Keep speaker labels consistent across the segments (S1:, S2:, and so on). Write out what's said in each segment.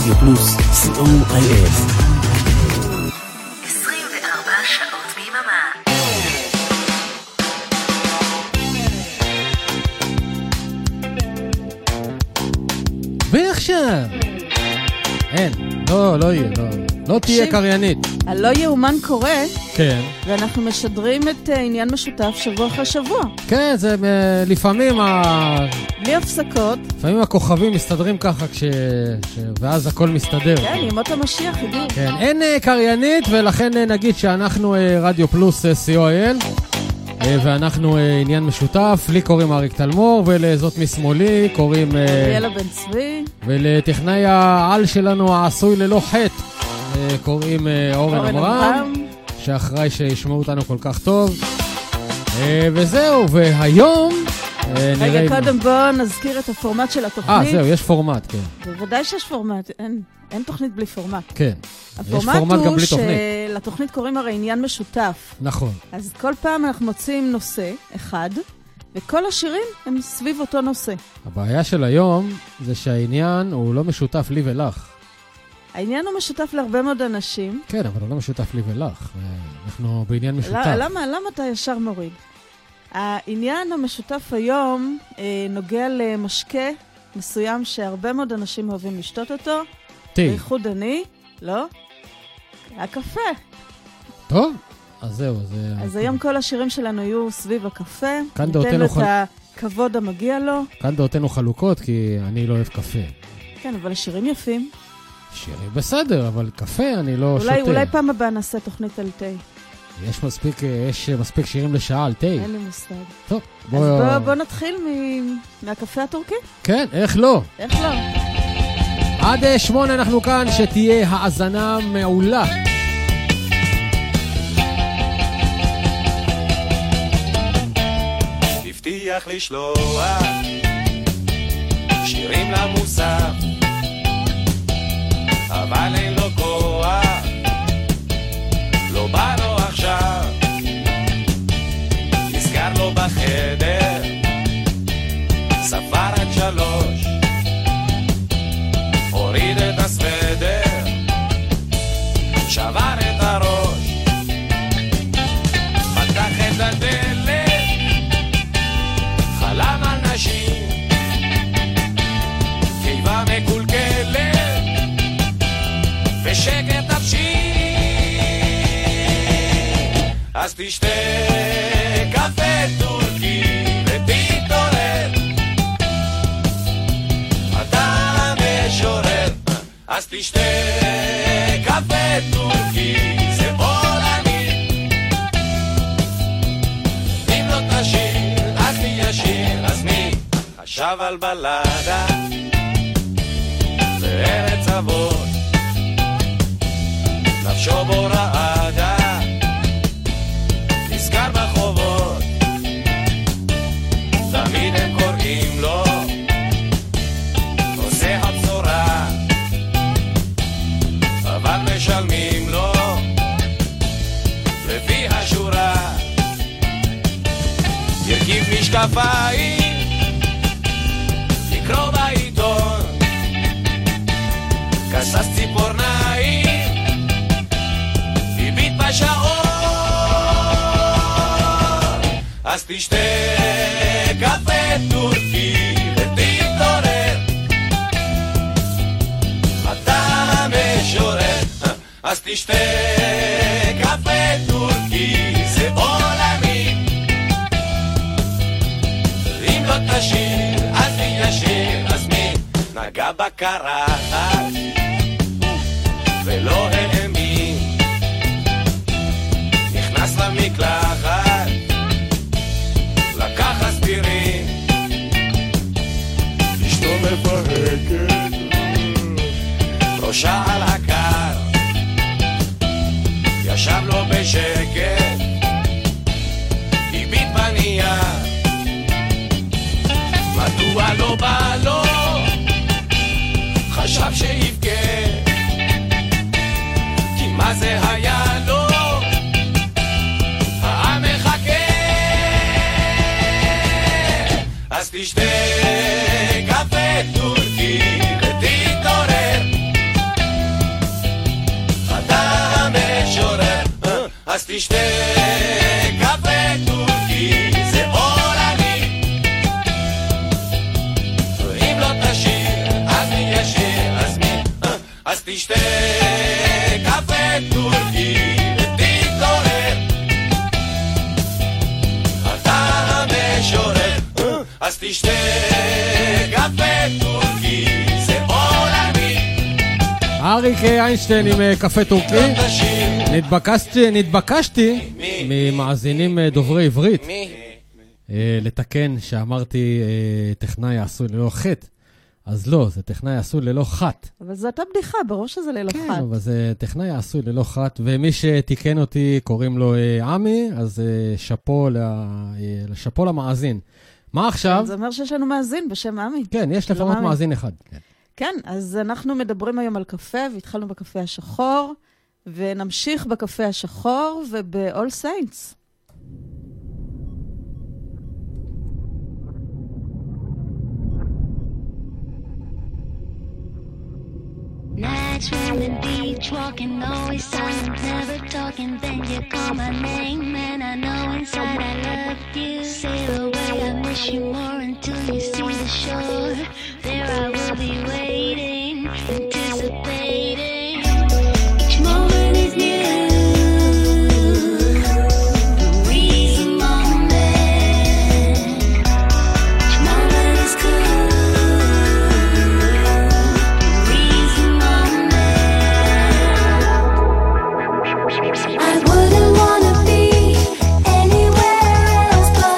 S1: רדיו פלוס, co.il.
S2: 24 שעות ביממה.
S3: ועכשיו אין, לא יהיה, לא תהיה קריינית.
S4: הלא יאומן קורה,
S3: כן.
S4: ואנחנו משדרים את עניין משותף שבוע אחרי שבוע.
S3: כן, זה לפעמים
S4: בלי הפסקות.
S3: לפעמים הכוכבים מסתדרים ככה ואז הכל מסתדר.
S4: כן, ימות המשיח הגיעו.
S3: כן, אין קריינית, ולכן נגיד שאנחנו רדיו פלוס co.il, ואנחנו עניין משותף. לי קוראים אריק תלמור, ולזאת משמאלי קוראים
S4: אריאלה בן צבי,
S3: ולטכנאי העל שלנו העשוי ללא חטא קוראים אורן אמרם, שאחראי שישמעו אותנו כל כך טוב. וזהו, והיום
S4: רגע, קודם בוא נזכיר את הפורמט של התוכנית.
S3: זהו, יש פורמט, כן.
S4: בוודאי שיש פורמט, אין תוכנית בלי פורמט.
S3: כן, יש פורמט גם בלי תוכנית.
S4: שלתוכנית קוראים הרי עניין משותף.
S3: נכון.
S4: אז כל פעם אנחנו מוצאים נושא אחד, וכל השירים הם סביב אותו נושא.
S3: הבעיה של היום זה שהעניין הוא לא משותף לי ולך.
S4: העניין הוא משותף להרבה מאוד אנשים.
S3: כן, אבל הוא לא משותף לי ולך. אנחנו בעניין משותף.
S4: למה אתה ישר מוריד? העניין המשותף היום נוגע למשקה מסוים שהרבה מאוד אנשים אוהבים לשתות אותו. בייחוד אני, לא? הקפה.
S3: טוב, אז זהו.
S4: אז היום כל השירים שלנו יהיו סביב הקפה.
S3: ניתן
S4: לו את הכבוד המגיע לו. כאן
S3: דעותינו חלוקות, כי אני לא אוהב קפה.
S4: כן, אבל השירים יפים.
S3: שירים בסדר, אבל קפה אני לא שותה.
S4: אולי פעם הבאה נעשה תוכנית על תה.
S3: יש מספיק שירים לשעה על תה.
S4: אין לי מושג.
S3: טוב,
S4: אז בוא נתחיל מהקפה הטורקי?
S3: כן, איך לא?
S4: איך לא?
S3: עד 8 אנחנו כאן, שתהיה האזנה מעולה.
S5: הבטיח לשלוח שירים למוסף, אבל אין לו כוח, לא בא לו עכשיו. נזכר לו בחדר, ספר עד 3, הוריד את הסוודר, שבר את הראש, פתח את הדלת, חלם על נשים, קיבה מקולקלת ושקט נפשי. אז תשתה קפה טורקי ותתעורר, אתה משורר. אז תשתה קפה טורקי, זה עולמי. אם לא תשיר אז מי ישיר? אז מי חשב על בלדה בארץ אבות, נפשו בו רעדה, נזכר בחובות, תמיד הם קוראים לו עושה הבשורה, אבל משלמים לו לפי השורה. ירכיב משקפיים, לקרוא בעיתון, כסס ציפורניים, הביט בשעון. אז תשתה קפה טורקי ותתעורר, אתה משורר. אז תשתה קפה טורקי, זה עולמי. אם לא תשיר אז מי ישיר? אז מי נגע בקרחת ולא האמין, נכנס למקלחת, לקח אספירין, אשתו מפהקת, ראשה על הקר, ישב לו בשקט, הביט בנייר, מדוע לא בא לו, חשב שיבכה, כי מה זה היה לו, העם מחכה. אז תשתה קפה טורקי ותתעורר, תשתה קפה טורקי, זה עולמי. אם לא תשיר, אז מי ישיר, אז מי? אז תשתה קפה טורקי ותתעורר. אתה המשורר, אז תשתה קפה טורקי, זה עולמי.
S3: אריק איינשטיין עם קפה טורקי. נתבקשתי ממאזינים דוברי עברית לתקן שאמרתי טכנאי עשוי ללא חטא. אז לא, זה טכנאי עשוי ללא חט.
S4: אבל זאת הבדיחה, ברור שזה ללא חט.
S3: כן, אבל זה טכנאי עשוי ללא חט, ומי שתיקן אותי קוראים לו עמי, אז שפו למאזין. מה עכשיו?
S4: זה אומר שיש לנו מאזין בשם עמי.
S3: כן, יש לפחות מאזין אחד.
S4: כן, אז אנחנו מדברים היום על קפה, והתחלנו בקפה השחור, ונמשיך בקפה השחור וב-All Saints.
S6: Nights on the beach, walking, always silent, never talking. Then you call my name, and I know inside I love you. Sail away, I miss you more until you see the shore. There I will be waiting, anticipating. Each moment is new.
S7: I wouldn't wanna be anywhere else but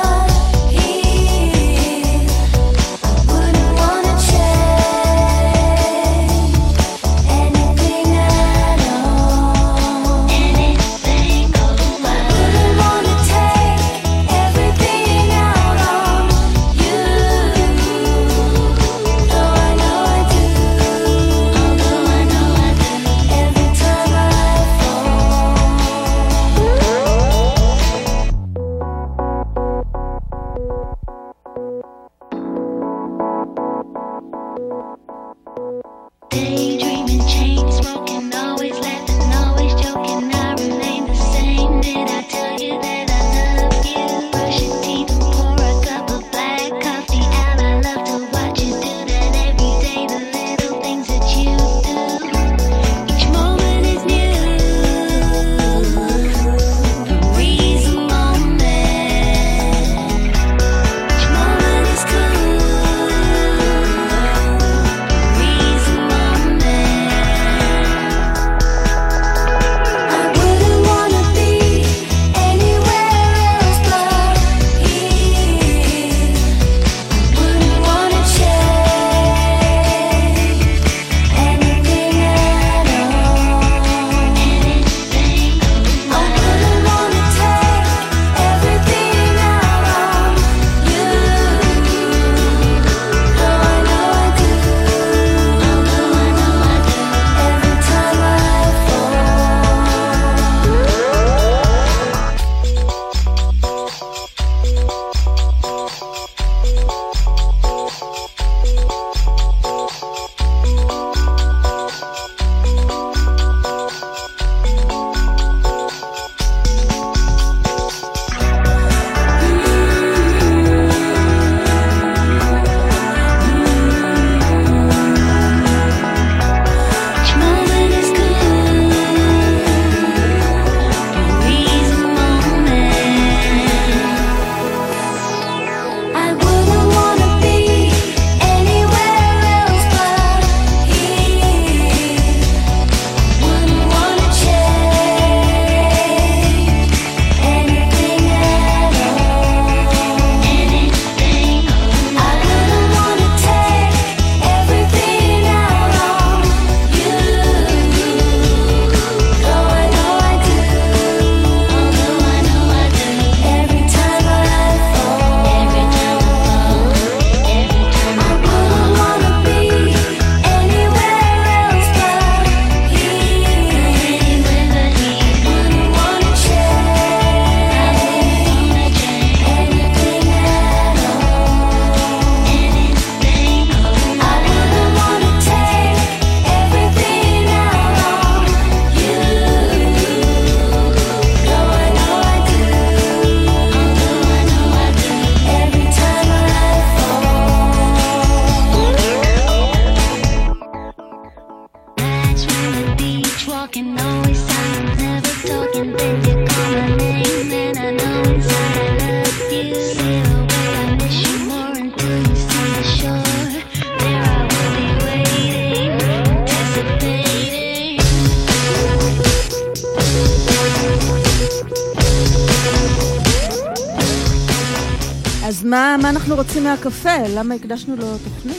S4: אז מה אנחנו רוצים מהקפה? למה הקדשנו לו תוכנית?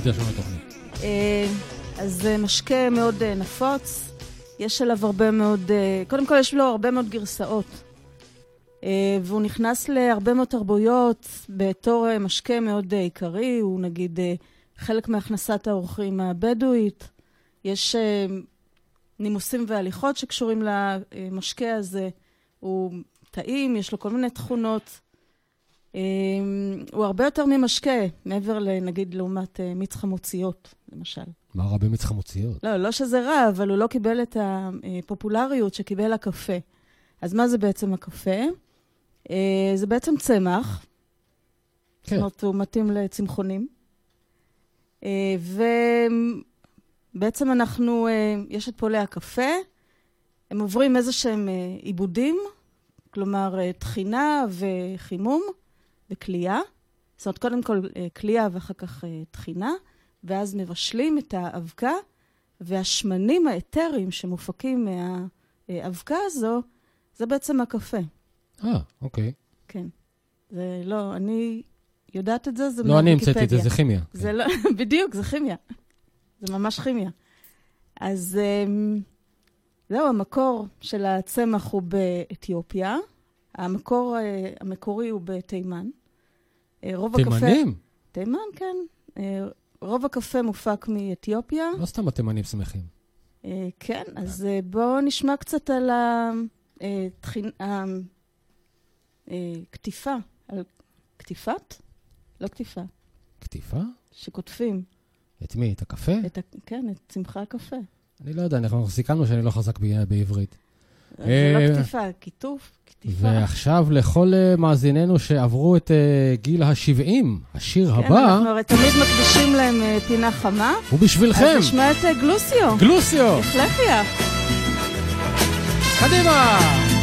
S4: אז זה משקה מאוד נפוץ. יש עליו הרבה מאוד, קודם כל יש לו הרבה מאוד גרסאות. והוא נכנס להרבה מאוד תרבויות בתור משקה מאוד עיקרי. הוא נגיד חלק מהכנסת האורחים הבדואית. יש נימוסים והליכות שקשורים למשקה הזה. הוא טעים, יש לו כל מיני תכונות. הוא הרבה יותר ממשקה, מעבר לנגיד לעומת מיץ חמוציות, למשל.
S3: מה רע במיץ חמוציות?
S4: לא שזה רע, אבל הוא לא קיבל את הפופולריות שקיבל הקפה. אז מה זה בעצם הקפה? זה בעצם צמח. כן. זאת אומרת, הוא מתאים לצמחונים. ובעצם יש את פולי הקפה, הם עוברים איזה שהם עיבודים, כלומר תחינה וחימום וקלייה. זאת אומרת, קודם כל קלייה ואחר כך תחינה, ואז מבשלים את האבקה, והשמנים האתריים שמופקים מהאבקה הזו, זה בעצם הקפה.
S3: אוקיי.
S4: כן. זה לא, אני יודעת את זה, זה
S3: לא, אני המצאתי את זה, זה כימיה.
S4: זה לא, בדיוק, זה כימיה. זה ממש כימיה. אז זהו, המקור של הצמח הוא באתיופיה. המקור המקורי הוא בתימן.
S3: תימנים?
S4: תימן, כן. רוב הקפה מופק מאתיופיה.
S3: לא סתם התימנים שמחים.
S4: כן, אז בואו נשמע קצת על כתיפה. על כתיפת? לא כתיפה.
S3: כתיפה?
S4: שכותפים.
S3: את מי? את הקפה?
S4: כן, את צמחי הקפה.
S3: אני לא יודע, אנחנו סיכמנו שאני לא חזק בעברית.
S4: זה לא כתיפה, כיתוף, כתיפה.
S3: ועכשיו לכל מאזיננו שעברו את גיל ה-70, השיר הבא...
S4: כן, אנחנו תמיד מקדישים להם פינה חמה.
S3: ובשבילכם.
S4: אז נשמע את גלוסיו.
S3: גלוסיו.
S4: יחלחיה.
S3: קדימה.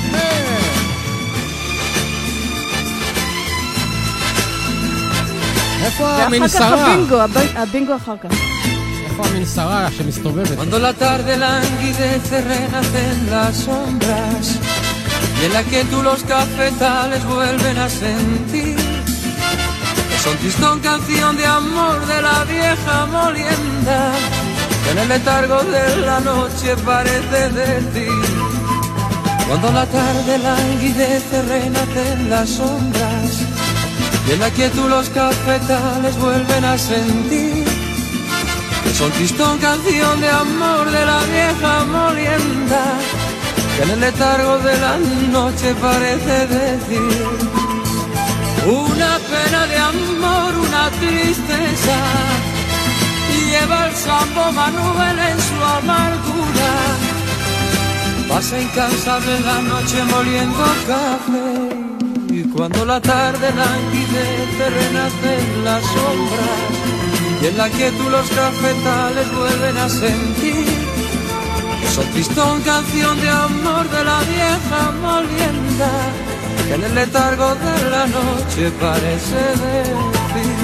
S3: איפה המנסרה?
S4: ואחר כך הבינגו אחר כך.
S3: איפה המנסרה שמסתובבת?
S7: Cuando la tarde languidece renacen las sombras y en la que tú los cafetales vuelven a sentir son tristón canción de amor de la vieja molienda que en el letargo de la noche parece decir Cuando la tarde languidece renacen las sombras y en la que tú los cafetales vuelven a sentir Son tristón canción de amor de la vieja molienda que en el letargo de la noche parece decir una pena de amor, una tristeza y lleva el sambo Manuel en su amargura pasa incansable la noche moliendo café y cuando la tarde languidece renacen las sombras y en la que tú los cafetales vuelven a sentir son tristón canción de amor de la vieja molienda que en el letargo de la noche parece decir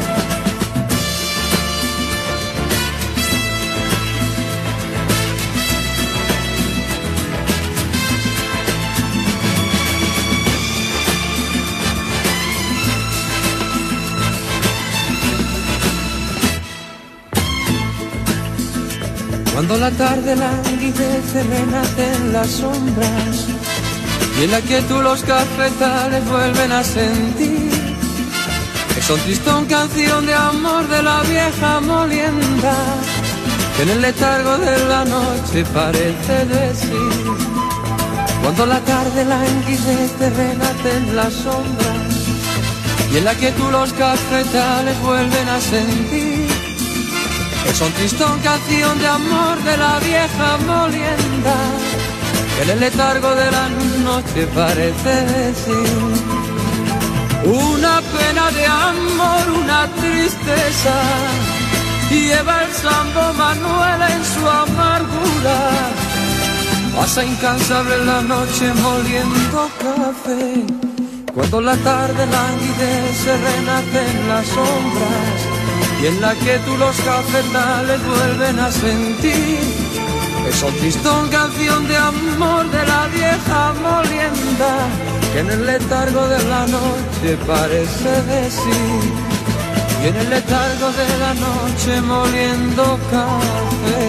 S7: Cuando la tarde languidece renacen las sombras y en la que tú los cafetales vuelven a sentir que son tristón canción de amor de la vieja molienda que en el letargo de la noche parece decir Cuando la tarde languidece renacen las sombras y en la que tú los cafetales vuelven a sentir Son tristón canción de amor de la vieja molienda que en el letargo de la noche parece decir una pena de amor, una tristeza y lleva el sambo Manuel en su amargura pasa incansable la noche moliendo café cuando la tarde languidece renacen las sombras y en la que tú los cafetales vuelven a sentir Es un tristón canción de amor de la vieja molienda que en el letargo de la noche parece decir, y en el letargo de la noche moliendo café.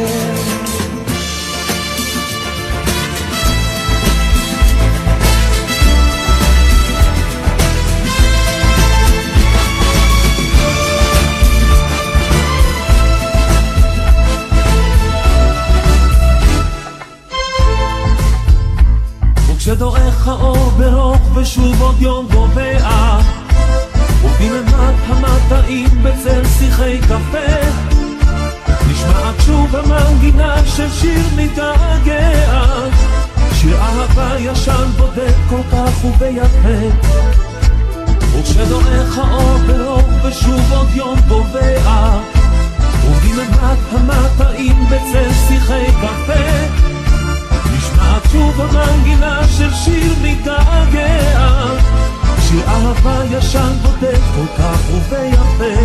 S1: כשדורך האור ברוך ושוב עוד יום גובע ובממת המטעים בצל שיחי קפה נשמעת שוב המנגינה של שיר מתגעגע שיר אהבה ישן בודד כל כך וביפה וכשדורך האור ברוך ושוב עוד יום גובע ובממת המטעים בצל שיחי קפה נשמעת שוב המנגינה של שיר מתגעגע שיר אהבה ישן בודד כל כך וביפה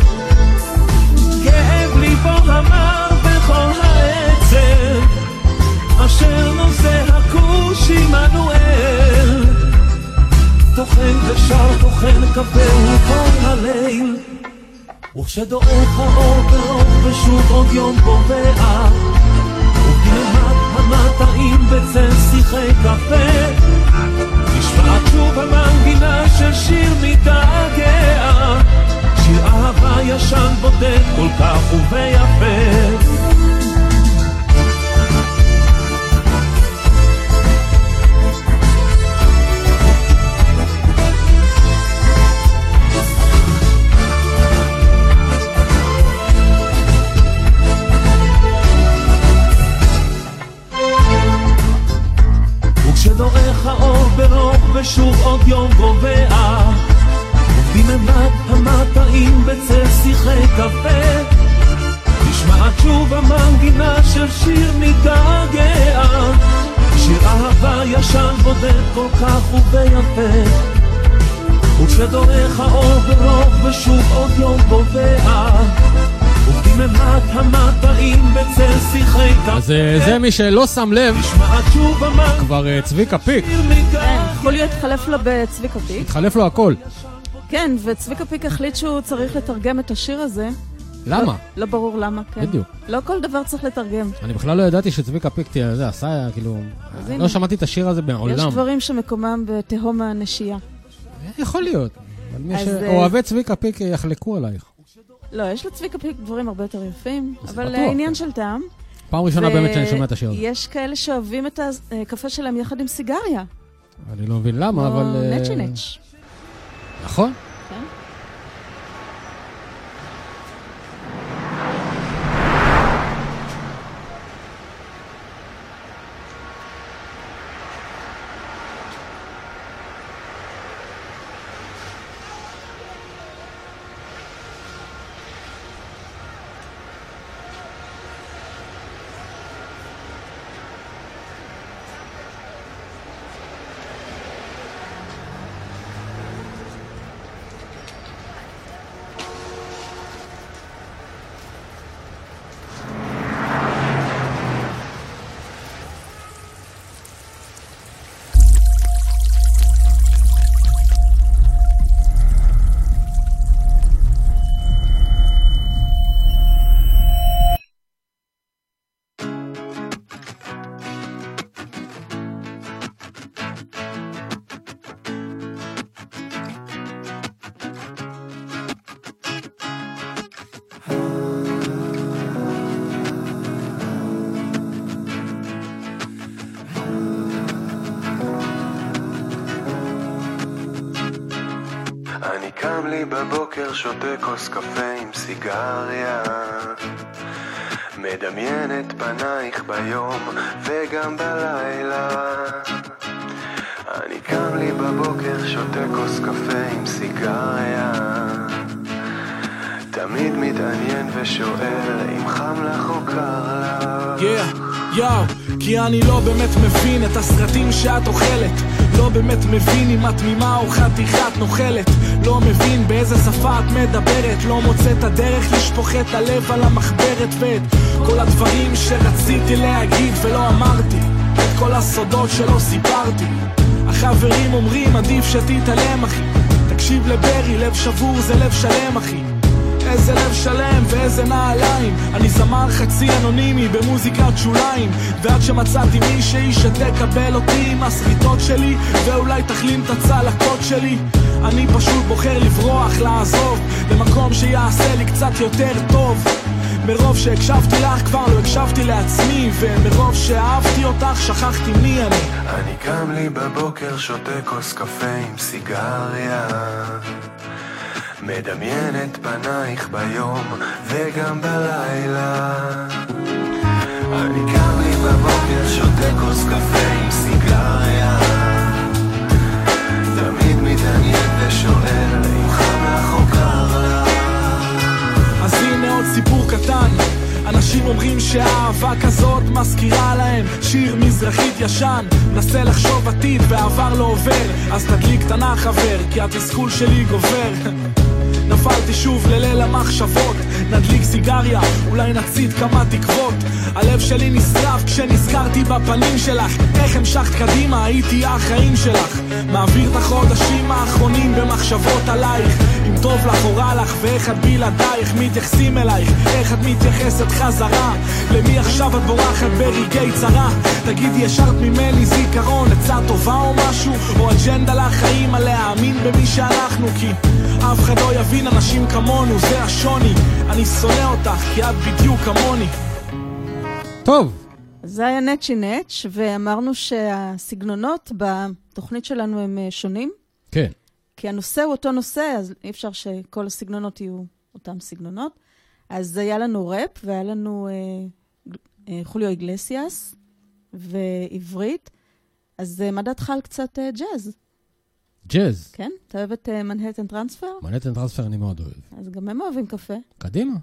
S1: כאב ליבו המר בכל העצב אשר נושא הכוש עמנואל טוחן ושר טוחן קפה כל הליל וכשדורך האור ברוך ושוב עוד יום גובע ובנמת המטעים בצל שיחי קפה נשמעת שוב המנגינה של שיר מתגעגע שיר אהבה ישן בודד כל כך וביפה כשדורך האור ברוך ושוב עוד יום גובע ובממת המטעים בצל שיחי קפה נשמעת שוב המנגינה של שיר מתגעגע שיר אהבה ישן בודד כל כך וביפה וכשדורך האור ברוך ושוב עוד יום גובע ובממת המטעים בצל שיחי קפה
S3: אז זה מי שלא שם לב כבר צביקה פיק
S4: חוליו התחלף לו בצביקה פיק
S3: התחלף לו הכל
S4: כן, וצביקה פיק החליט שהוא צריך לתרגם את השיר הזה
S3: למה?
S4: לא ברור למה, כן
S3: בדיוק
S4: לא כל דבר צריך לתרגם אני
S3: בכלל לא ידעתי שצביקה פיק זה עשה כאילו לא שמעתי את השיר הזה בעולם
S4: יש דברים שמקומם בתהום הנשייה
S3: יכול להיות אוהבי צביקה פיק יחלקו עלייך
S4: לא, יש לצביקה פיק דברים הרבה יותר יפים, אבל העניין של טעם.
S3: פעם ראשונה באמת שאני שומע את השיר הזה.
S4: יש כאלה שאוהבים את הקפה שלהם יחד עם סיגריה.
S3: אני לא מבין למה, אבל...
S4: נצ'י נצ'.
S3: נכון?
S4: כן.
S8: אני קם לי בבוקר, שותה כוס קפה עם סיגריה, מדמיין את פנייך ביום וגם בלילה. אני קם לי בבוקר, שותה כוס קפה עם סיגריה, תמיד מתעניין ושואל אם חם לך או קר לך.
S9: כי אני לא באמת מבין את הסרטים שאת אוכלת, לא באמת מבין אם את תמימה או חתיכת נוכלת, לא מבין באיזה שפה את מדברת, לא מוצא את הדרך לשפוך את הלב על המחברת, ואת כל הדברים שרציתי להגיד ולא אמרתי, את כל הסודות שלא סיפרתי. החברים אומרים עדיף שתתעלם אחי, תקשיב לברי, לב שבור זה לב שלם אחי. איזה לב שלם ואיזה נעליים, אני זמר חצי אנונימי במוזיקת שוליים, ועד שמצאתי מישהי שתקבל אותי עם הסריטות שלי ואולי תחלים את הצלקות שלי, אני פשוט בוחר לברוח, לעזוב למקום שיעשה לי קצת יותר טוב. מרוב שהקשבתי לך כבר לא הקשבתי לעצמי, ומרוב שאהבתי אותך שכחתי מי אני.
S8: אני קם לי בבוקר שותה כוס קפה עם סיגריה, מדמיין את פנייך ביום וגם בלילה. אני קם לי בבוקר שותה כוס קפה עם סיגריה, תמיד מתעניין ושואל אם חם לך או קר לך.
S9: אז הנה עוד סיפור קטן, אנשים אומרים שהאהבה כזאת מזכירה להם שיר מזרחית ישן, נסה לחשוב עתיד ועבר לא עובר, אז תדליק קטנה חבר כי התסכול שלי גובר. נפלתי שוב לליל המחשבות, נדליק סיגריה, אולי נצית כמה תקוות. הלב שלי נשרף כשנזכרתי בפנים שלך, איך המשכת קדימה, הייתי החיים שלך. מעביר את החודשים האחרונים במחשבות עלייך, אם טוב לך או רע לך ואיך את בלעדייך מתייחסים אלייך, איך את מתייחסת חזרה, למי עכשיו את בורחת ברגעי צרה. תגידי ישרת ממני זיכרון, עצה טובה או משהו, או אג'נדה לחיים על להאמין במי שאנחנו, כי אף אחד לא יבין אנשים כמונו, זה השוני. אני שונא אותך כי את בדיוק כמוני.
S3: טוב,
S4: זה היה נצ'י נץ', ואמרנו שהסגנונות בתוכנית שלנו הם שונים.
S3: כן.
S4: כי הנושא הוא אותו נושא, אז אי אפשר שכל הסגנונות יהיו אותם סגנונות. אז היה לנו רפ, והיה לנו חוליו איגלסיאס ועברית. אז מה דעתך על קצת ג'אז?
S3: ג'אז?
S4: כן? אתה אוהב את מנהטן טרנספר?
S3: מנהטן טרנספר אני מאוד אוהב.
S4: אז גם הם אוהבים קפה.
S3: קדימה.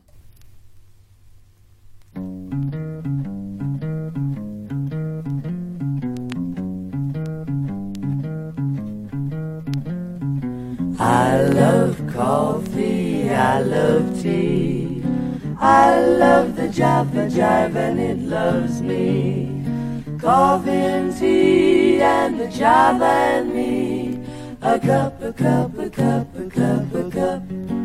S10: I love coffee, I love tea, I love the Java Jive and it loves me. Coffee and tea and the Java and me, a cup, a cup, a cup, a cup, a cup.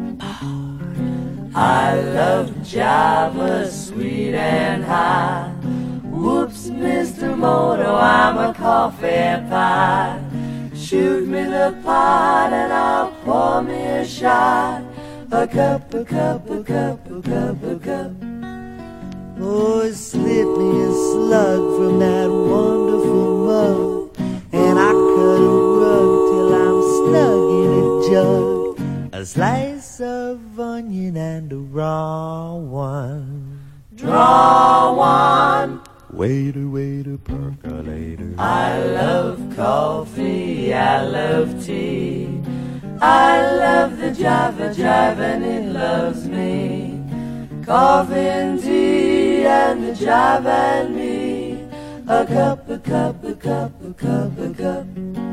S10: I love Java, sweet and high. Whoops, Mr. Moto, I'm a coffee pie. Shoot me the pot and I'll pour me a shot. A cup, a cup, a cup, a cup, a cup. Oh, slip me a slug from that wonderful mug, and I cut a rug till I'm snug in a jug. A slice of onion and a raw one. Draw one. Waiter, waiter, percolator. I love coffee, I love tea, I love the Java Jive and it loves me. Coffee and tea and the Java and me, a cup, a cup, a cup, a cup, a cup.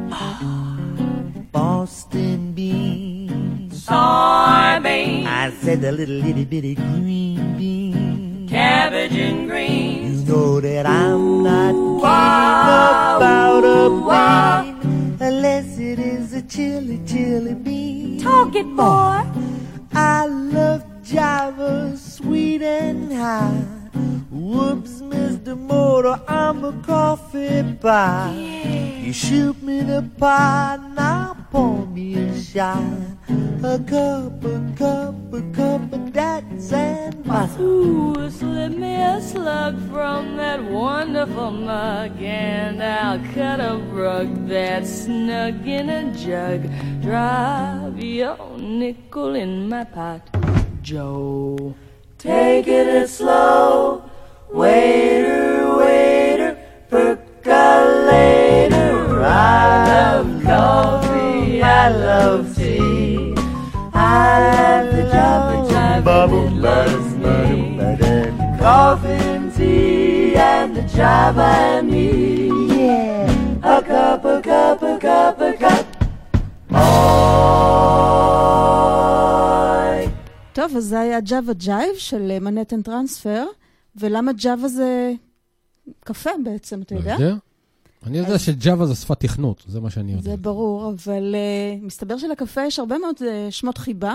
S10: Boston beans, soybeans, I said a little itty bitty green bean, cabbage and greens. You know that I'm not kidding about a bean, unless it is a chili, chili bean. Talk it, boy. I love Java, sweet and high. Whoops, Mr. Motor, I'm a coffee pie. Yeah. You shoot me the pot, now pour me a shot. A cup, a cup, a cup of that sandbox.
S11: Ooh, slip me a slug from that wonderful mug, and I'll cut a rug that's snug in a jug. Drop your nickel in my pot, Joe.
S10: Take it slow, waiter, waiter, percolator. I love coffee, I love tea, I love the Java Jive and it loves me. Coffee and tea and the Java and me, yeah. A cup, a cup, a cup, a cup. Oh.
S4: טוב, אז זה היה ג'אווה ג'ייב של מנהטן טרנספר, ולמה ג'אווה זה קפה בעצם, אתה יודע?
S3: אני יודע שג'אווה זה שפת תכנות, זה מה שאני יודע.
S4: זה ברור, אבל מסתבר שלקפה יש הרבה מאוד שמות חיבה.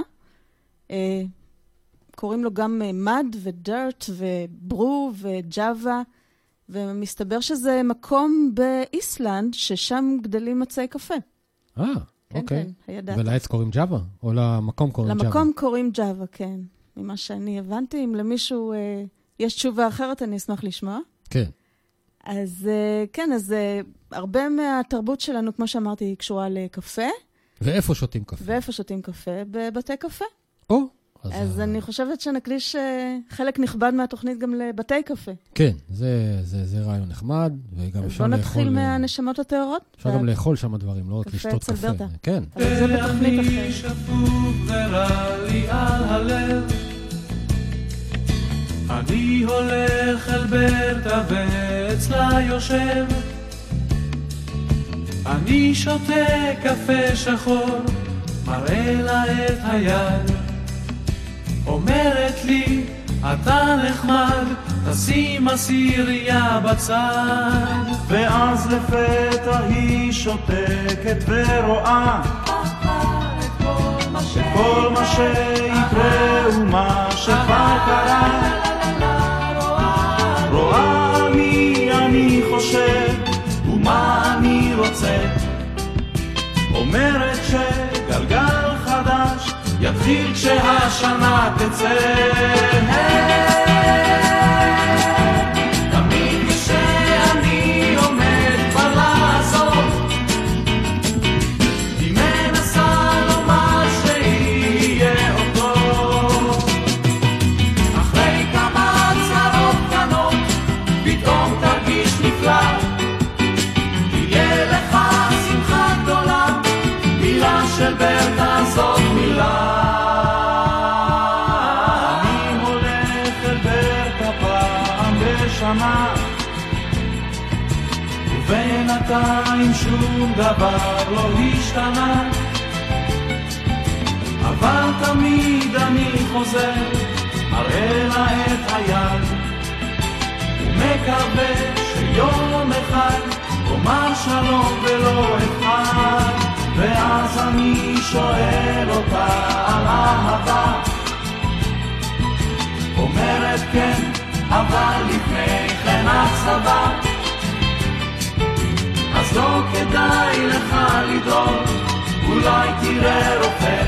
S4: קוראים לו גם מד ודירט וברו וג'אווה, ומסתבר שזה מקום באיסלנד ששם גדלים מצאי קפה.
S3: אוקיי.
S4: כן, הידעת.
S3: ולעץ קוראים ג'אווה? או למקום קוראים ג'אווה?
S4: למקום קוראים ג'אווה, כן. ממה שאני הבנתי, אם למישהו יש תשובה אחרת, אני אשמח לשמוע.
S3: כן.
S4: אז כן, אז הרבה מהתרבות שלנו, כמו שאמרתי, היא קשורה לקפה.
S3: ואיפה שותים קפה?
S4: ואיפה שותים קפה? בבתי קפה. אז אני חושבת שנקדיש חלק נכבד מהתוכנית גם לבתי קפה.
S3: כן, זה רעיון נחמד, וגם אפשר לאכול...
S4: בוא נתחיל מהנשמות הטהורות.
S3: אפשר גם לאכול שם דברים, לא רק לשתות קפה. כן.
S4: אבל זה בתוכנית אחרת.
S1: שפוק ורע לי על הלב, אני הולך אל ברטה ואצלה יושב, אני שותה קפה שחור, מראה לה את היד, אומרת לי, אתה נחמד, תשים הסירייה בצד.
S12: ואז לפתע היא שותקת ורואה כל מה שיקרה ומה שכבר קרה. רואה מי אני חושב ומה אני רוצה, אומרת שגלגל חדש יתחיל כשהשנה תצא. תמיד כשאני עומד כבר לעזוב, היא מנסה לומר שיהיה אותו. אחרי כמה צרות קטנות פתאום תרגיש נפלא, תהיה לך שמחה גדולה, מילה של ברטה זאת מילה. ובינתיים שום דבר לא השתנה, אבל תמיד אני חוזר, מראה לה את היד, ומקווה שיום אחד אומר שלום ולא אחד. ואז אני שואל אותה על אהבה, אומרת כן, אבל לפני כן אכזבה. אז לא כדאי לך לדאוג, אולי תראה רופא,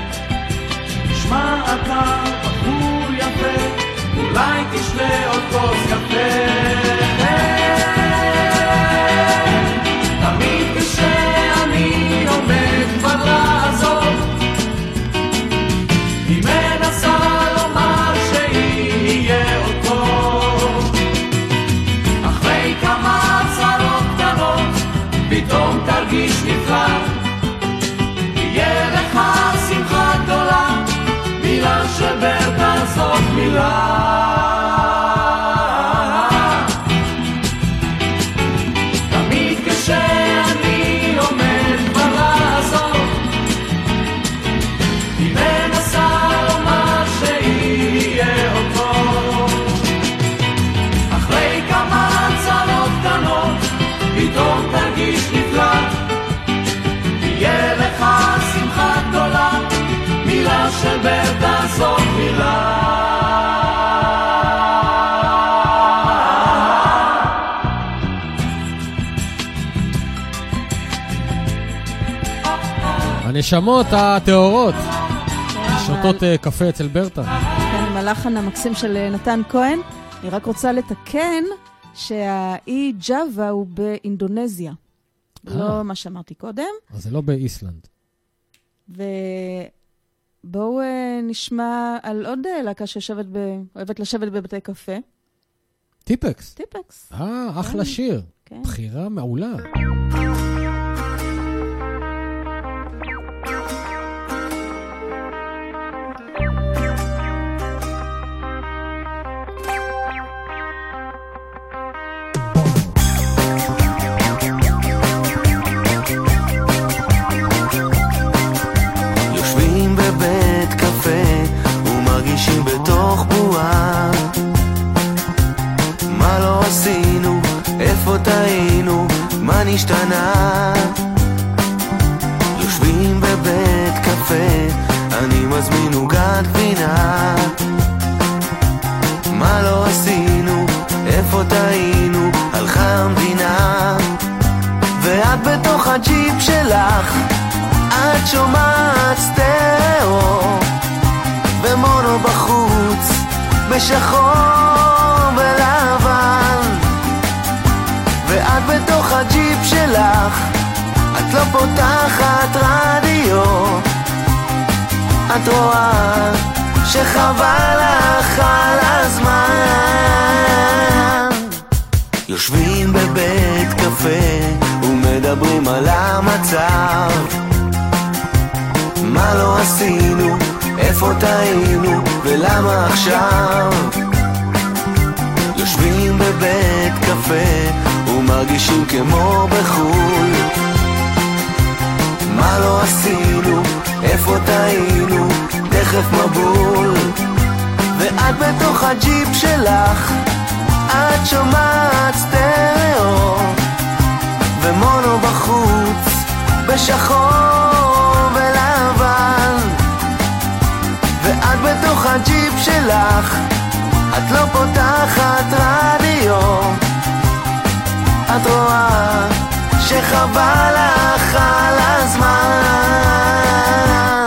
S12: תשמע אתה בחור יפה, אולי תשתה עוד כוס קפה. תמיד כשאני עומד כבר לעזוב, היא מנסה לומר שיהיה עוד טוב. אחרי כמה צרות קטנות פתאום תרגיש נפלא, יהיה לך שמחה גדולה, מילה של ברטה זאת מילה. תמיד כשאני עומד כבר לעזוב, היא מנסה לומר שיהיה עוד טוב. אחרי כמה צרות קטנות פתאום תרגיש נפלא, תהיה לך שמחה גדולה, מילה של ברטה זאת מילה.
S3: הנשמות הטהורות שותות קפה אצל ברטה.
S4: כן, עם הלחן המקסים של נתן כהן. אני רק רוצה לתקן שהאי ג'אווה הוא באינדונזיה. לא מה שאמרתי קודם.
S3: אז זה לא באיסלנד.
S4: ובואו נשמע על עוד להקה שאוהבת לשבת בבתי קפה.
S3: טיפקס.
S4: טיפקס.
S3: אחלה שיר. בחירה מעולה.
S8: יושבים בבית קפה מזמין עוגת גבינה. מה לא עשינו, איפה טעינו, הלכה המדינה. ואת בתוך הג'יפ שלך, את שומעת סטריאו ומונו בחוץ, בשחור ולבן. ואת בתוך הג'יפ שלך, את לא פותחת רדיו, את רואה שחבל לך על הזמן. יושבים בבית קפה ומדברים על המצב, מה לא עשינו, איפה טעינו ולמה עכשיו. יושבים בבית קפה ומרגישים כמו בחול, מה לא עשינו, איפה טעינו, תכף מבול. ואת בתוך הג'יפ שלך, את שומעת סטריאו ומונו בחוץ, בשחור ולבן. ואת בתוך הג'יפ שלך, את לא פותחת רדיו, את רואה שחבל לך על הזמן.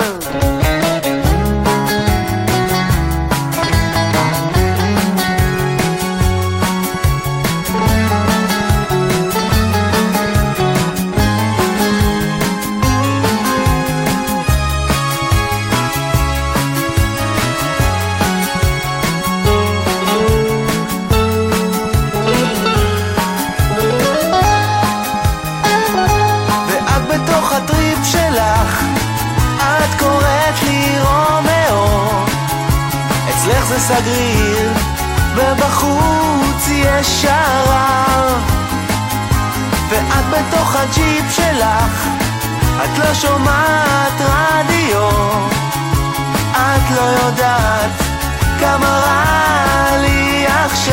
S8: זה סגריר ובחוץ יש שרב. ואת בתוך הג'יפ שלך, את לא שומעת רדיו, את לא יודעת כמה רע לי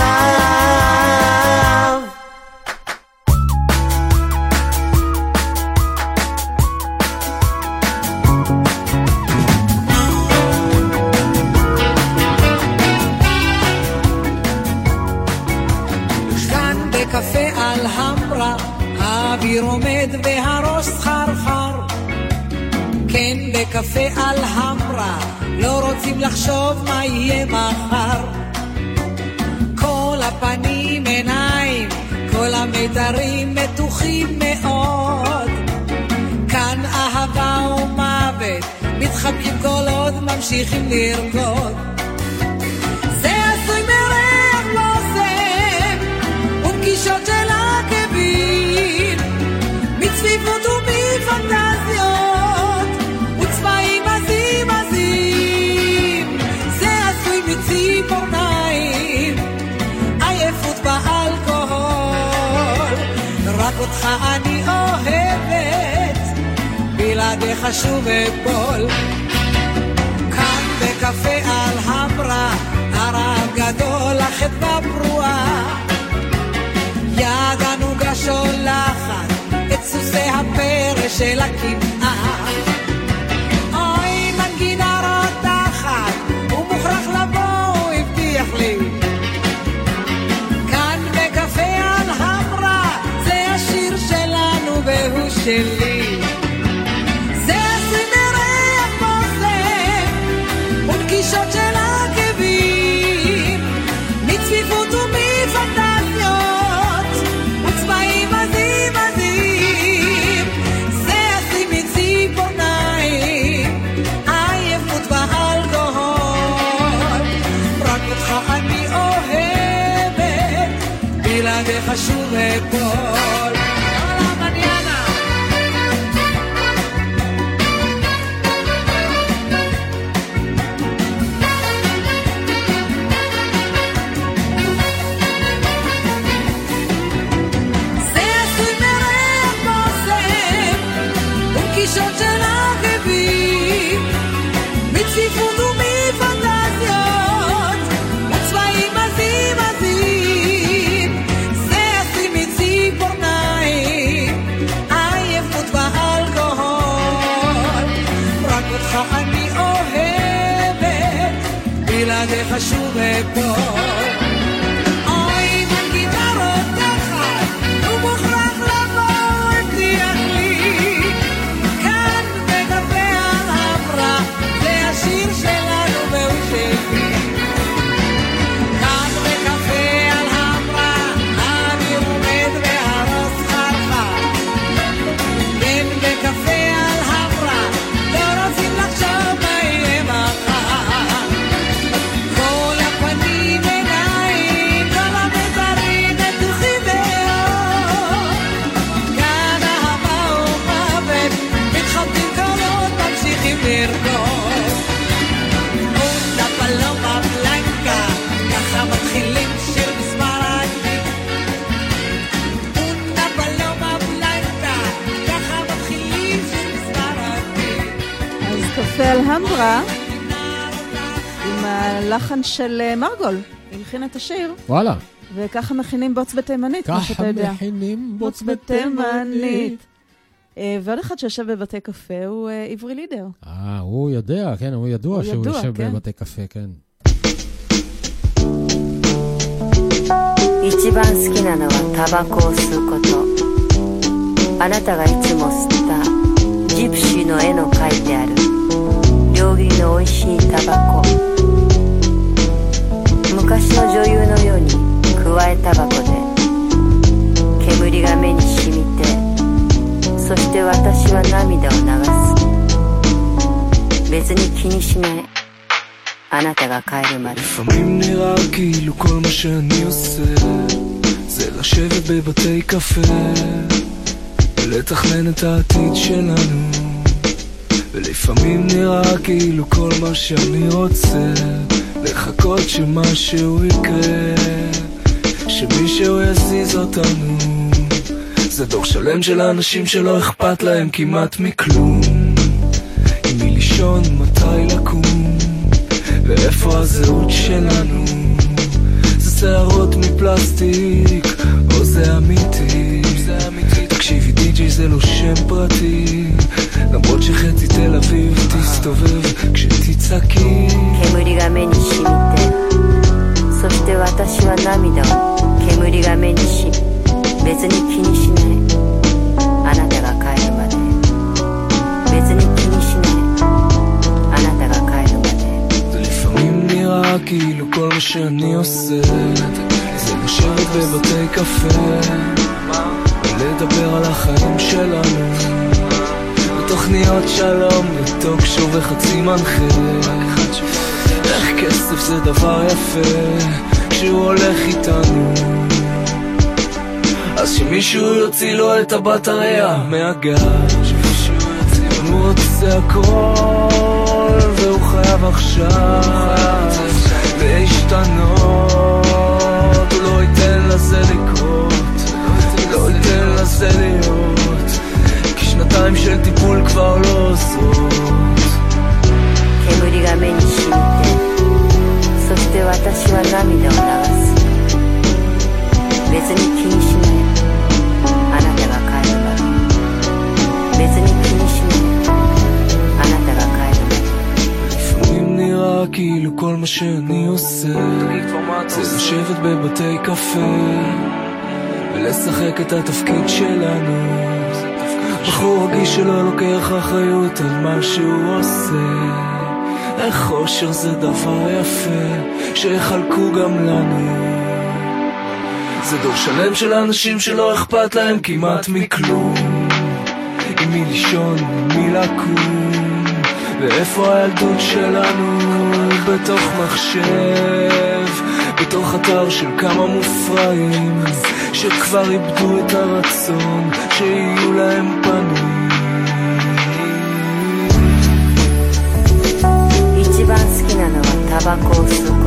S8: עכשיו.
S13: קפה על המרה, האוויר עומד והראש סחרחר. כן, בקפה על המרה, לא רוצים לחשוב מה יהיה מחר. כל הפנים עיניים, כל המיתרים מתוחים מאוד. כאן אהבה ומוות, מתחבקים כל עוד ממשיכים לרקוד. זה עשוי מריח נוסם ופגישות של עקבים, מצפיפות ומפנטזיות וצבעים עזים עזים. זה עשוי מציפורניים, עייפות באלכוהול. רק אותך אני אוהבת, בלעדיך שוב אפול. כאן בקפה על המרה, הרב גדול, החטבה פרועה. יד הנוגה שולחת את סוסי הפרא של הקמעה. אוי, מנגינה רותחת, הוא מוכרח לבוא, הוא הבטיח לי. כאן בקפה על המרה, זה השיר שלנו והוא שלי. זה עשוי מריח מוסם ופגישות של עקבים, מצפיפות ומפנטזיות וצבעים עזים עזים. זה עשוי מציפורניים, עייפות באלכוהול. רק אותך אני אוהבת, בלעדיך שוב אפול. פגישות של עקבים, מצפיפות ומפנטזיות וצבעים עזים עזים. זה עשוי מציפורניים, עייפות באלכוהול. רק אותך אני אוהב, בלעדיך שוב אפול. אוי מנגידרותיך, הוא מוכרח לבוא, תיח לי כאן בקפה ההמרה, זה השיר שלנו והוא שלי. כאן בקפה על המרה, אני עומד והרוס חרחה. בין בקפה על המרה, לא רוצים לחשוב מה יהיה מחר. כל הפנים עיניים, כל המזרים מתוחים מאוד. כאן אהבה ומוות, מתחבטים קולות, ממשיכים לרקוד. אונה פלומה בלנקה, ככה מתחילים שיר בספרדית. אונה פלומה בלנקה, ככה מתחילים שיר בספרדית.
S4: אז קפה אלהמברה, עם הלחן של מרגול, הלחין את השיר.
S3: וואלה.
S4: וככה מכינים בוץ בתימנית, כמו שאתה יודע.
S3: ככה מכינים
S4: בוץ בתימנית. ועוד אחד שיושב בבתי קפה הוא עברי לידר.
S3: הוא יודע, כן, הוא ידוע שהוא יושב בבתי קפה, כן.
S14: 一番好きなのはタバコを吸うこと。あなたがいつも吸ったジプシーの絵の描いてある両切りの美味しいタバコ。昔の女優のようにくわえタバコで煙が目に染みて、そして私は涙を流す。別に気にしない。あなたが帰るまで。
S8: לפעמים נראה כאילו כל מה שאני עושה זה לשבת בבתי קפה ולתכנן את העתיד שלנו. ולפעמים נראה כאילו כל מה שאני רוצה לחכות שמשהו יקרה, שמישהו יזיז אותנו. זה דור שלם של האנשים שלא אכפת להם כמעט מכלום, עם מי לישון, מתי לקום ואיפה הזהות שלנו. זה שערות מפלסטיק או זה אמיתי? תקשיבי די.ג'יי זה לא שם פרטי, למרות שחצי תל אביב תסתובב כשתצעקי.
S14: 煙が目に染みて、そして私は涙を煙が目にし、別に気にしない。あなたが帰るまで。別に気にしない。あなたが帰るまで。
S8: זה לפעמים נראה כאילו כל מה שאני עושה זה לשבת בבתי קפה ולדבר על החיים שלנו, בתוכניות שלום, לטוק שוב וחצי מנחה. איך כסף זה דבר יפה כשהוא הולך איתנו, אז שמישהו יוציא לו את הבטריה מהגז. הוא רוצה הכל והוא חייב עכשיו להשתנות, הוא לא ייתן לזה לקרות, לא ייתן לזה להיות, כי שנתיים של טיפול כבר לא עושות.
S14: 煙が目に染みて、そして私は涙を流す。別に気にしない。あなたが帰るまで。別に気にしない。あなたが帰るまで。
S8: לפעמים נראה כאילו כל מה שאני עושה זה לשבת בבתי קפה ולשחק את התפקיד שלנו. בחור רגיש שלא לוקח אחריות על מה שהוא עושה. איך אושר זה דבר יפה שיחלקו גם לנו. זה דור שלם של אנשים שלא אכפת להם כמעט מכלום, עם מי לישון, עם מי לקום, ואיפה הילדות שלנו? בתוך מחשב, בתוך אתר של כמה מופרעים שכבר איבדו את הרצון שיהיו להם פנים.
S14: 一番好きなのはタバコを吸うこと。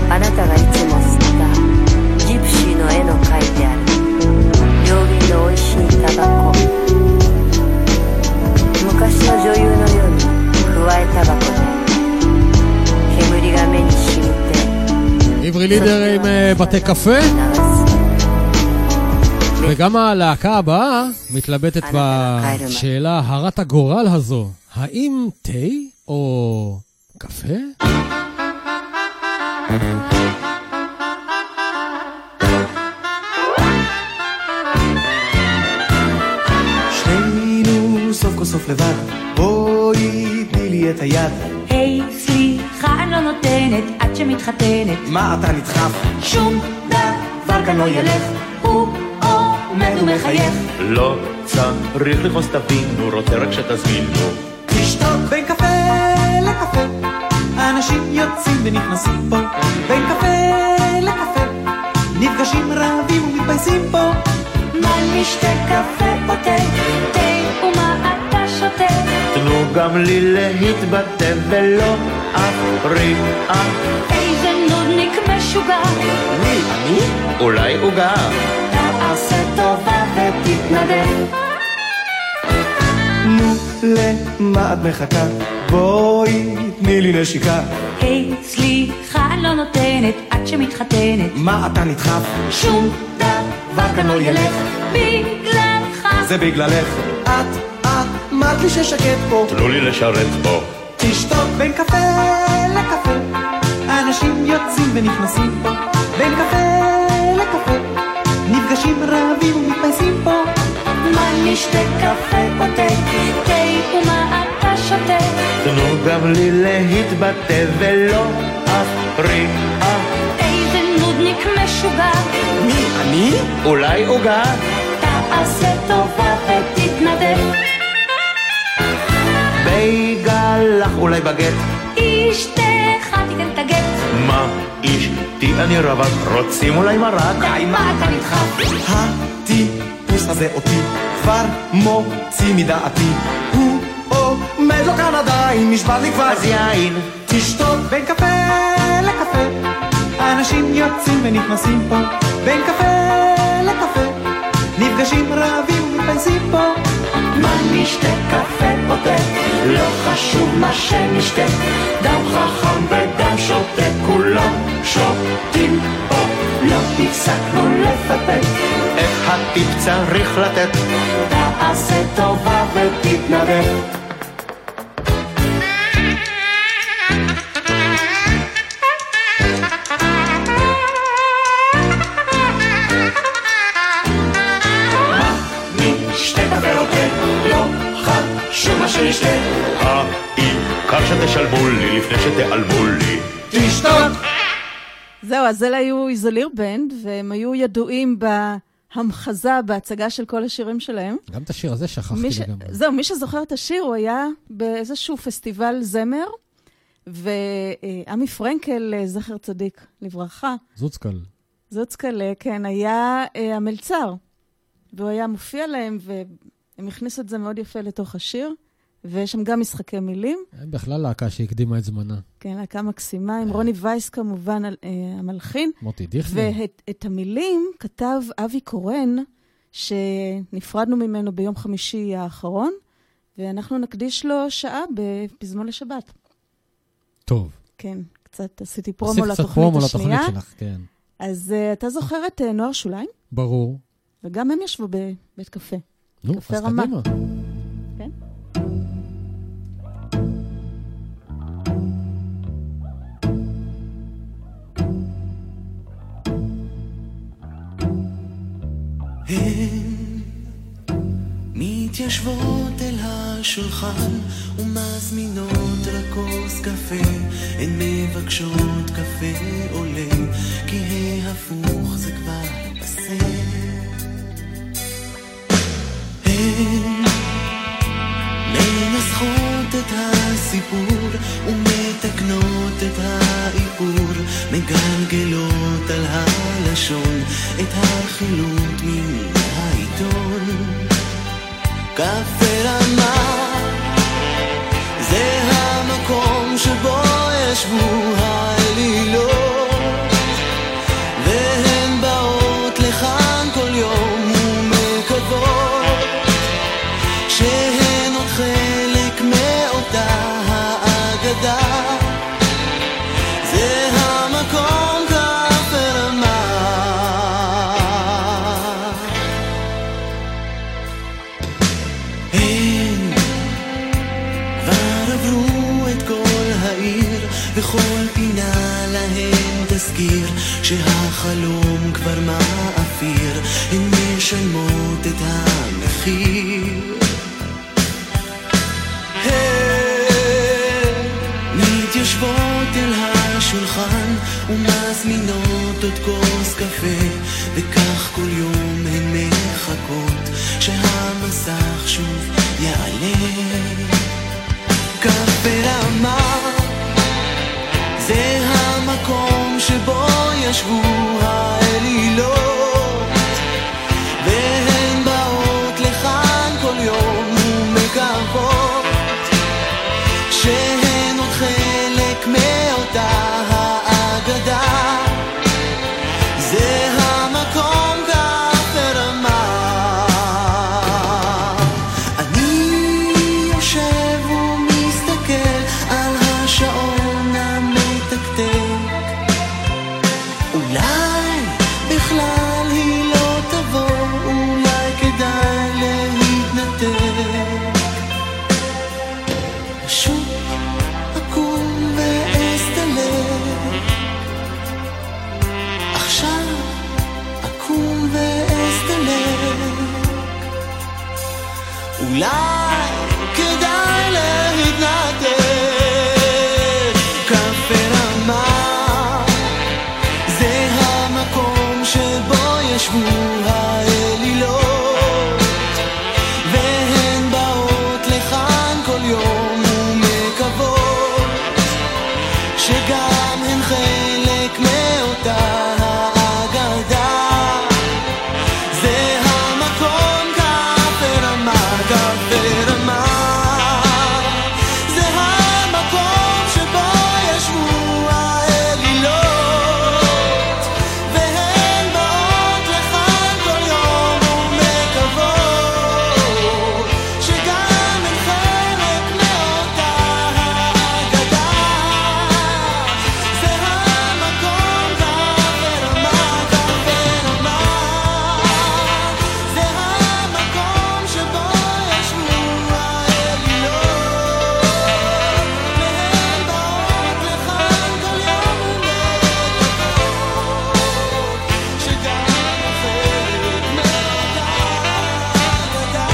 S14: あなたがいつも吸ったジプシーの絵の描いてある両切りの美味しいタバコ。昔の女優のようにくわえタバコで煙が目に染みて。
S3: עברי לידר עם בתי קפה. וגם הלהקה הבאה מתלבטת בשאלה הרת הגורל הזו, האם תה או קפה?
S15: היד.
S16: היי, סליחה, אני לא נותנת עד שמתחתנת.
S15: מה אתה נדחף?
S16: שום דבר כאן לא ילך, הוא עומד ומחייך.
S1: לא צריך לכוס תבינו, רוצה רק שתזמינו.
S15: תשתוק בין קפה לקפה, האנשים יוצאים ונכנסים פה. בין קפה לקפה, נפגשים רבים ומתבייסים פה.
S16: מה נשתה קפה או תה, תה ומה אתה שותה?
S1: תנו גם לי להתבטא ולא אפריע.
S16: איזה נודניק משוגע.
S15: מי? אני?
S1: אולי עוגה.
S16: תעשה טובה ותתנדב.
S15: נו, למה את מחכה? בואי, תני לי נשיקה.
S16: היי, סליחה, אני לא נותנת עד שמתחתנת.
S15: מה אתה נדחף?
S16: שום דבר כאן לא ילך, בגללך.
S15: זה בגללך. מה את לי ששקט פה?
S1: תנו לי לשרת פה.
S15: תשתוק בין קפה לקפה, האנשים יוצאים ונכנסים פה. בין קפה לקפה, נפגשים רבים ומתפייסים פה.
S16: מה נשתה קפה או תה, תה ומה אתה שותה?
S1: תנו גם לי להתבטא ולא אפריע.
S16: איזה נודניק משוגע.
S15: מי? אני?
S1: אולי עוגה.
S16: תעשה טובה ותתנדב.
S1: בגלח אולי בגט.
S16: אשתך תיתן את הגט.
S1: מה אשתי אני רווק, רוצים אולי מרק?
S16: די, מה אתה נדחף?
S15: הטיפוס הזה אותי כבר מוציא מדעתי. הוא עומד לו כאן עדיין, נשבע לי כבר.
S1: אז יין.
S15: תשתוק בין קפה לקפה, האנשים יוצאים ונכנסים פה. בין קפה לקפה, נפגשים רבים ומתפייסים פה.
S16: מה נשתה קפה או תה, לא חשוב מה שנשתה. דם חכם ודם שותה, כולם שותים פה. לא הפסקנו לפטפט,
S1: איך הטיפ צריך לתת.
S16: תעשה טובה ותתנדב.
S1: שנשתה, העיקר שתשלמו לי לפני שתעלמו לי.
S15: תשתוק!
S4: זהו, אז אלה היו איזוליר בנד, והם היו ידועים בהמחזה, בהצגה של כל השירים שלהם.
S3: גם את השיר הזה שכחתי לגמרי.
S4: זהו, מי שזוכר את השיר, הוא היה באיזשהו פסטיבל זמר, ועמי פרנקל, זכר צדיק לברכה. זוצקל, כן, היה המלצר, והוא היה מופיע להם, והם הכניסו את זה מאוד יפה לתוך השיר. ויש שם גם משחקי מילים.
S3: בכלל להקה שהקדימה את זמנה.
S4: כן, להקה מקסימה, עם רוני וייס כמובן, המלחין.
S3: מוטי דיכטר.
S4: ואת המילים כתב אבי קורן, שנפרדנו ממנו ביום חמישי האחרון, ואנחנו נקדיש לו שעה בפזמון לשבת.
S3: טוב.
S4: כן, קצת עשיתי פרומו לתוכנית השנייה.
S3: שלך, כן.
S4: אז אתה זוכר את נוער שוליים?
S3: ברור.
S4: וגם הם ישבו בבית קפה.
S3: נו,
S4: קפה
S3: אז
S4: רמה.
S3: קדימה.
S4: כן.
S8: הן מתיישבות אל השולחן ומזמינות רקוס קפה, הן מבקשות קפה עולה, כי ההפוך זה כבר בסדר. הן מנסחות את הסיפור ומתקנות את האיפור, מגלגלות על הלשון את החילוט מן העיתון. קפה רמה זה המקום שבו ישבו האלילות, והן באות לכאן כל יום ומקוות שהן עוד חלק מאותה האגדה. זה המקום קפה רמה. הן כבר עברו את כל העיר, וכל פינה להן תזכיר שהחלום כבר מאפיר, הן משלמות את המחיר. הן יושבות אל השולחן ומזמינות עוד כוס קפה, וכך כל יום הן מחכות שהמסך שוב יעלה. קפה רמה זה המקום שבו ישבו האלילות, והן באות לכאן כל יום ומקוות שהן עוד חלק מאותה האגדה. זה המקום קפה רמה. אני יושב ומסתכל על השעון המתקתק, אולי בכלל היא לא תבוא, אולי כדאי להתנתק. פשוט אקום ואסתלק, עכשיו אקום ואסתלק, אולי כדאי להתנתק. קפה רמה זה המקום שבו ישבו האלילות, והן באות לכאן כל יום ומקוות שגם הן חלק מאותה האגדה. זה המקום קפה רמה, קפה רמה. זה המקום שבו ישבו האלילות, והן באות לכאן כל יום ומקוות שגם הן חלק מאותה האגדה. זה המקום קפה רמה, קפה רמה. זה המקום שבו ישבו האלילות, והן באות לכאן כל יום ומקוות שגם הן חלק מאותה האגדה.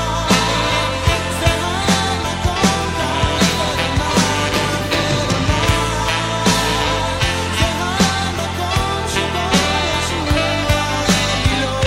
S8: זה המקום קפה רמה, קפה רמה. זה המקום שבו ישבו האלילות.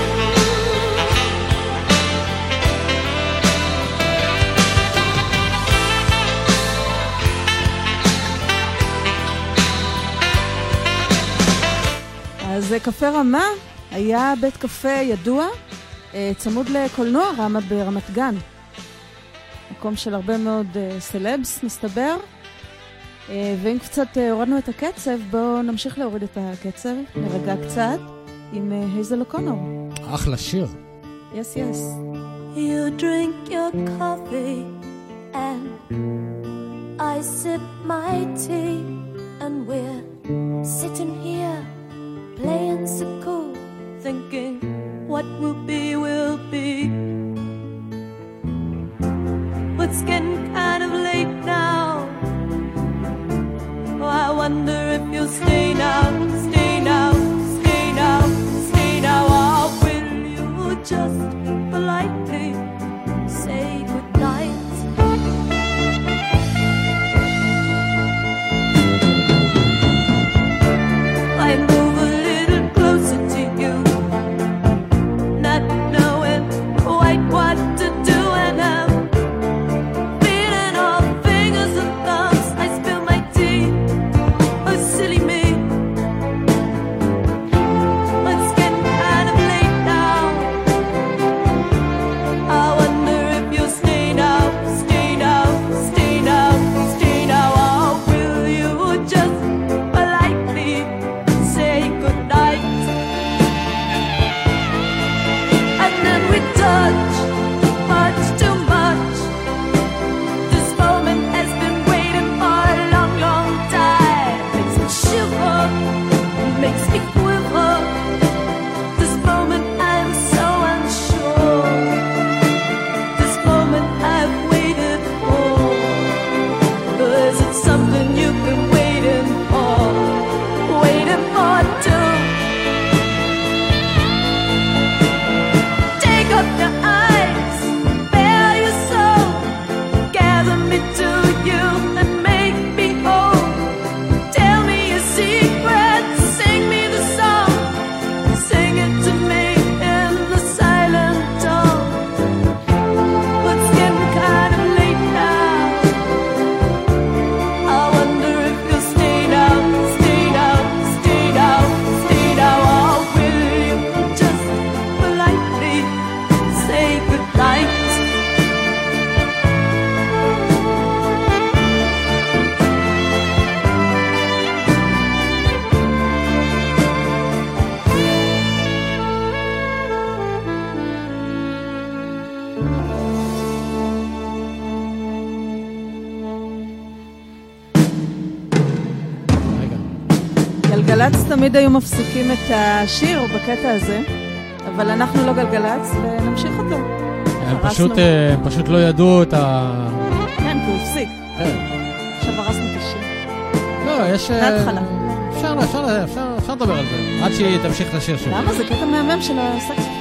S4: אז קפה רמה היה בית קפה ידוע, צמוד לקולנוע רמה ברמת גן. מקום של הרבה מאוד סלבס, מסתבר. ואם קצת הורדנו את הקצב, בואו נמשיך להוריד את הקצב, נרגע קצת, עם הייזל אוקונור.
S3: אחלה שיר.
S4: Yes, yes.
S17: You drink your coffee and I sip my tea, and we're sitting here playing so cool, thinking what will be will be. But it's getting kind of late now. Oh, I wonder if you'll stay now, stay now, stay now, stay now. Or will you just politely say goodnight? I move a little closer to you, not knowing quite what to do, and I'm feeling all fingers and thumbs. I spill my tea, oh silly me.
S4: גלגלץ תמיד היו מפסיקים את השיר בקטע הזה, אבל אנחנו לא גלגלץ ונמשיך אותו.
S3: הם פשוט לא ידעו את ה...
S4: כן, כי הוא הפסיק. עכשיו הרסנו את השיר.
S3: לא, יש...
S4: מההתחלה.
S3: אפשר לדבר על זה, עד שהיא תמשיך לשיר שוב.
S4: למה? זה קטע מהמם של הסקסופון.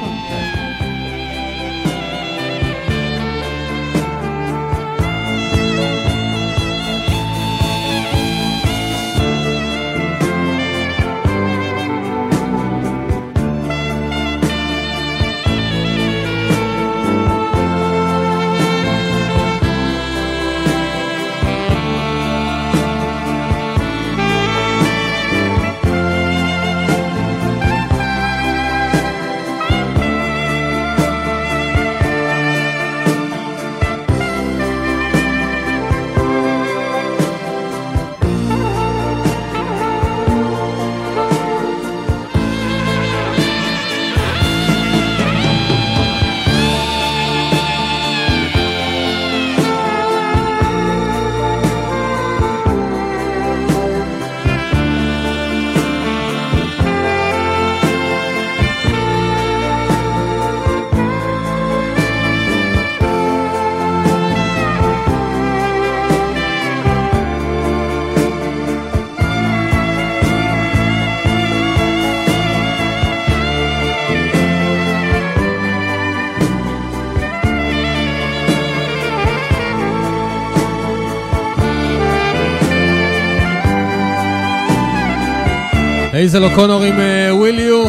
S3: הייזל אוקונור עם Will You.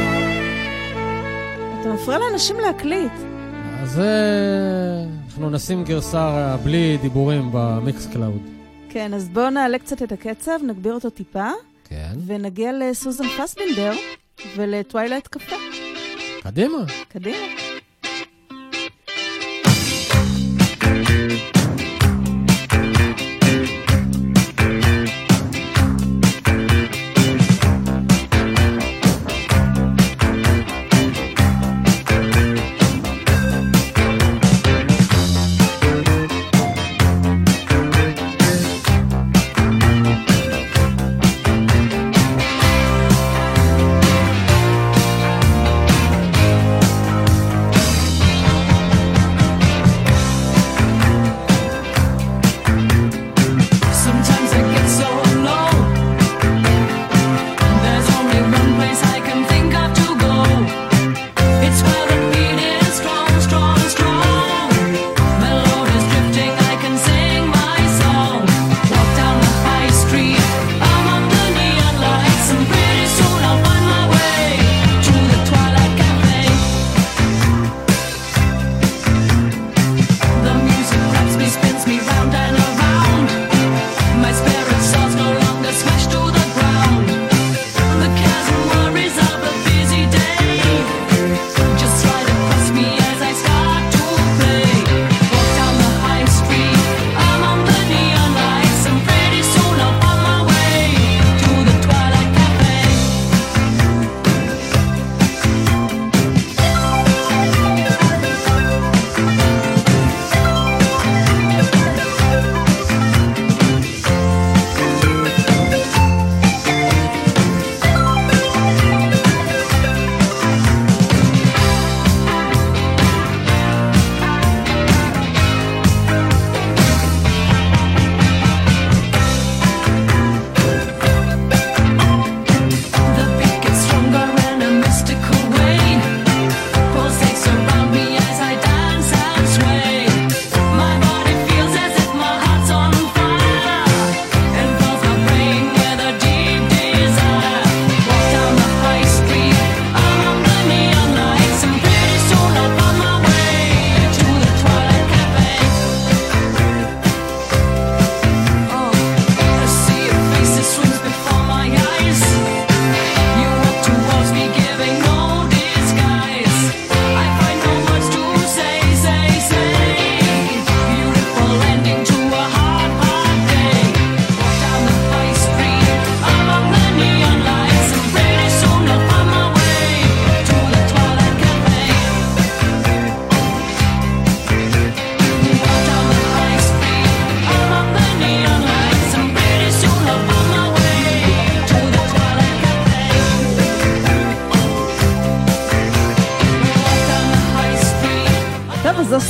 S4: אתה מפריע לאנשים להקליט.
S3: אז אנחנו נשים גרסה בלי דיבורים במיקס קלאוד.
S4: כן, אז בואו נעלה קצת את הקצב, נגביר אותו טיפה.
S3: כן.
S4: ונגיע לסוזן פסבינדר ולטווילייט קפה.
S3: קדימה.
S4: קדימה.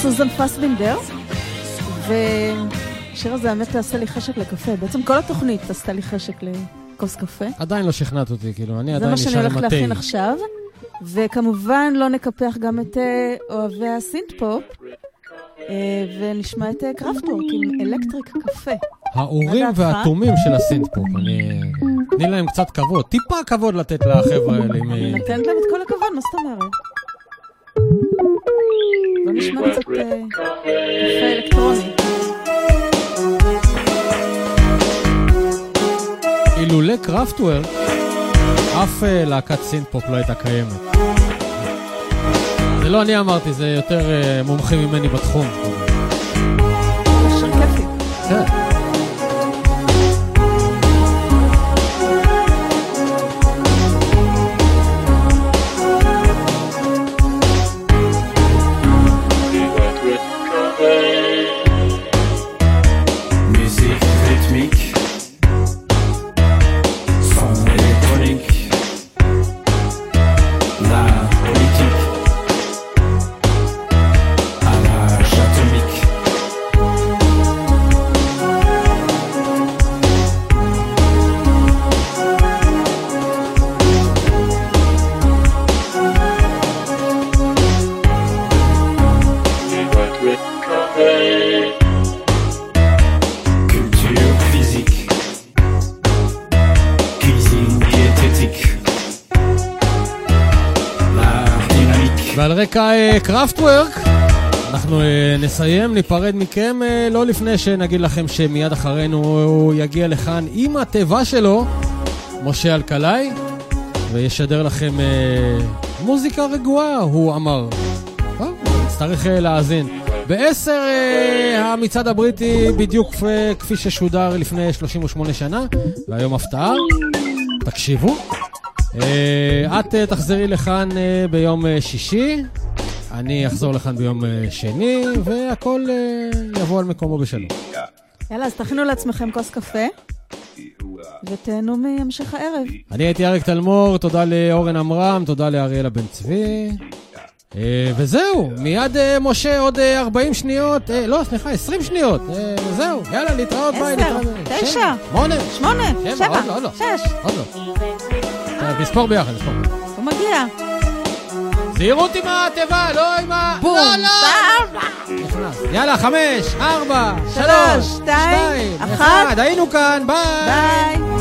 S4: סוזן פסבינדר, והשיר הזה האמת תעשה לי חשק לקפה. בעצם כל התוכנית עשתה לי חשק לכוס קפה.
S3: עדיין לא שכנעת אותי, כאילו, אני עדיין נשאר עם התה.
S4: זה מה שאני הולך להכין עכשיו. וכמובן לא נקפח גם את אוהבי הסינט-פופ, ונשמע את קראפטוורק עם אלקטריק קפה.
S3: האורים והתומים של הסינט-פופ, תני להם קצת כבוד, טיפה כבוד לתת לחבר'ה האלה.
S4: אני נתנת להם את כל הכבוד, מה זאת אומרת? בוא נשמע קצת קפה אלקטרוני.
S3: אילולא קראפטוורק, אף להקת סינט-פופ לא הייתה קיימת. זה לא אני אמרתי, זה יותר מומחים ממני בתחום.
S4: שיר כיפי.
S3: כן. ועל רקע קראפטוורק אנחנו נסיים, ניפרד מכם, לא לפני שנגיד לכם שמיד אחרינו הוא יגיע לכאן עם התיבה שלו, משה אלקלעי, וישדר לכם מוזיקה רגועה, הוא אמר. צריך להאזין. ב10 המצעד הבריטי בדיוק כפי ששודר לפני 38 שנה, והיום הפתעה, תקשיבו. את תחזרי לכאן ביום שישי, אני אחזור לכאן ביום שני, והכל יבוא על מקומו בשלום.
S4: יאללה, אז תכינו לעצמכם כוס קפה, ותהנו מהמשך הערב.
S3: אני הייתי אריק תלמור, תודה לאורן אמרם, תודה לאריאלה בן צבי. וזהו, מיד משה עוד 40 שניות, לא, סליחה, 20 שניות. זהו, יאללה, להתראות, ביי.
S4: 10, 9, 8, 7, 6.
S3: עוד לא. תספור ביחד, תספור.
S4: הוא מגיע.
S3: זהירות עם התיבה, לא עם ה...
S4: בום,
S3: נכנס. יאללה, 5, 4, 3, 2, 1. היינו כאן, ביי.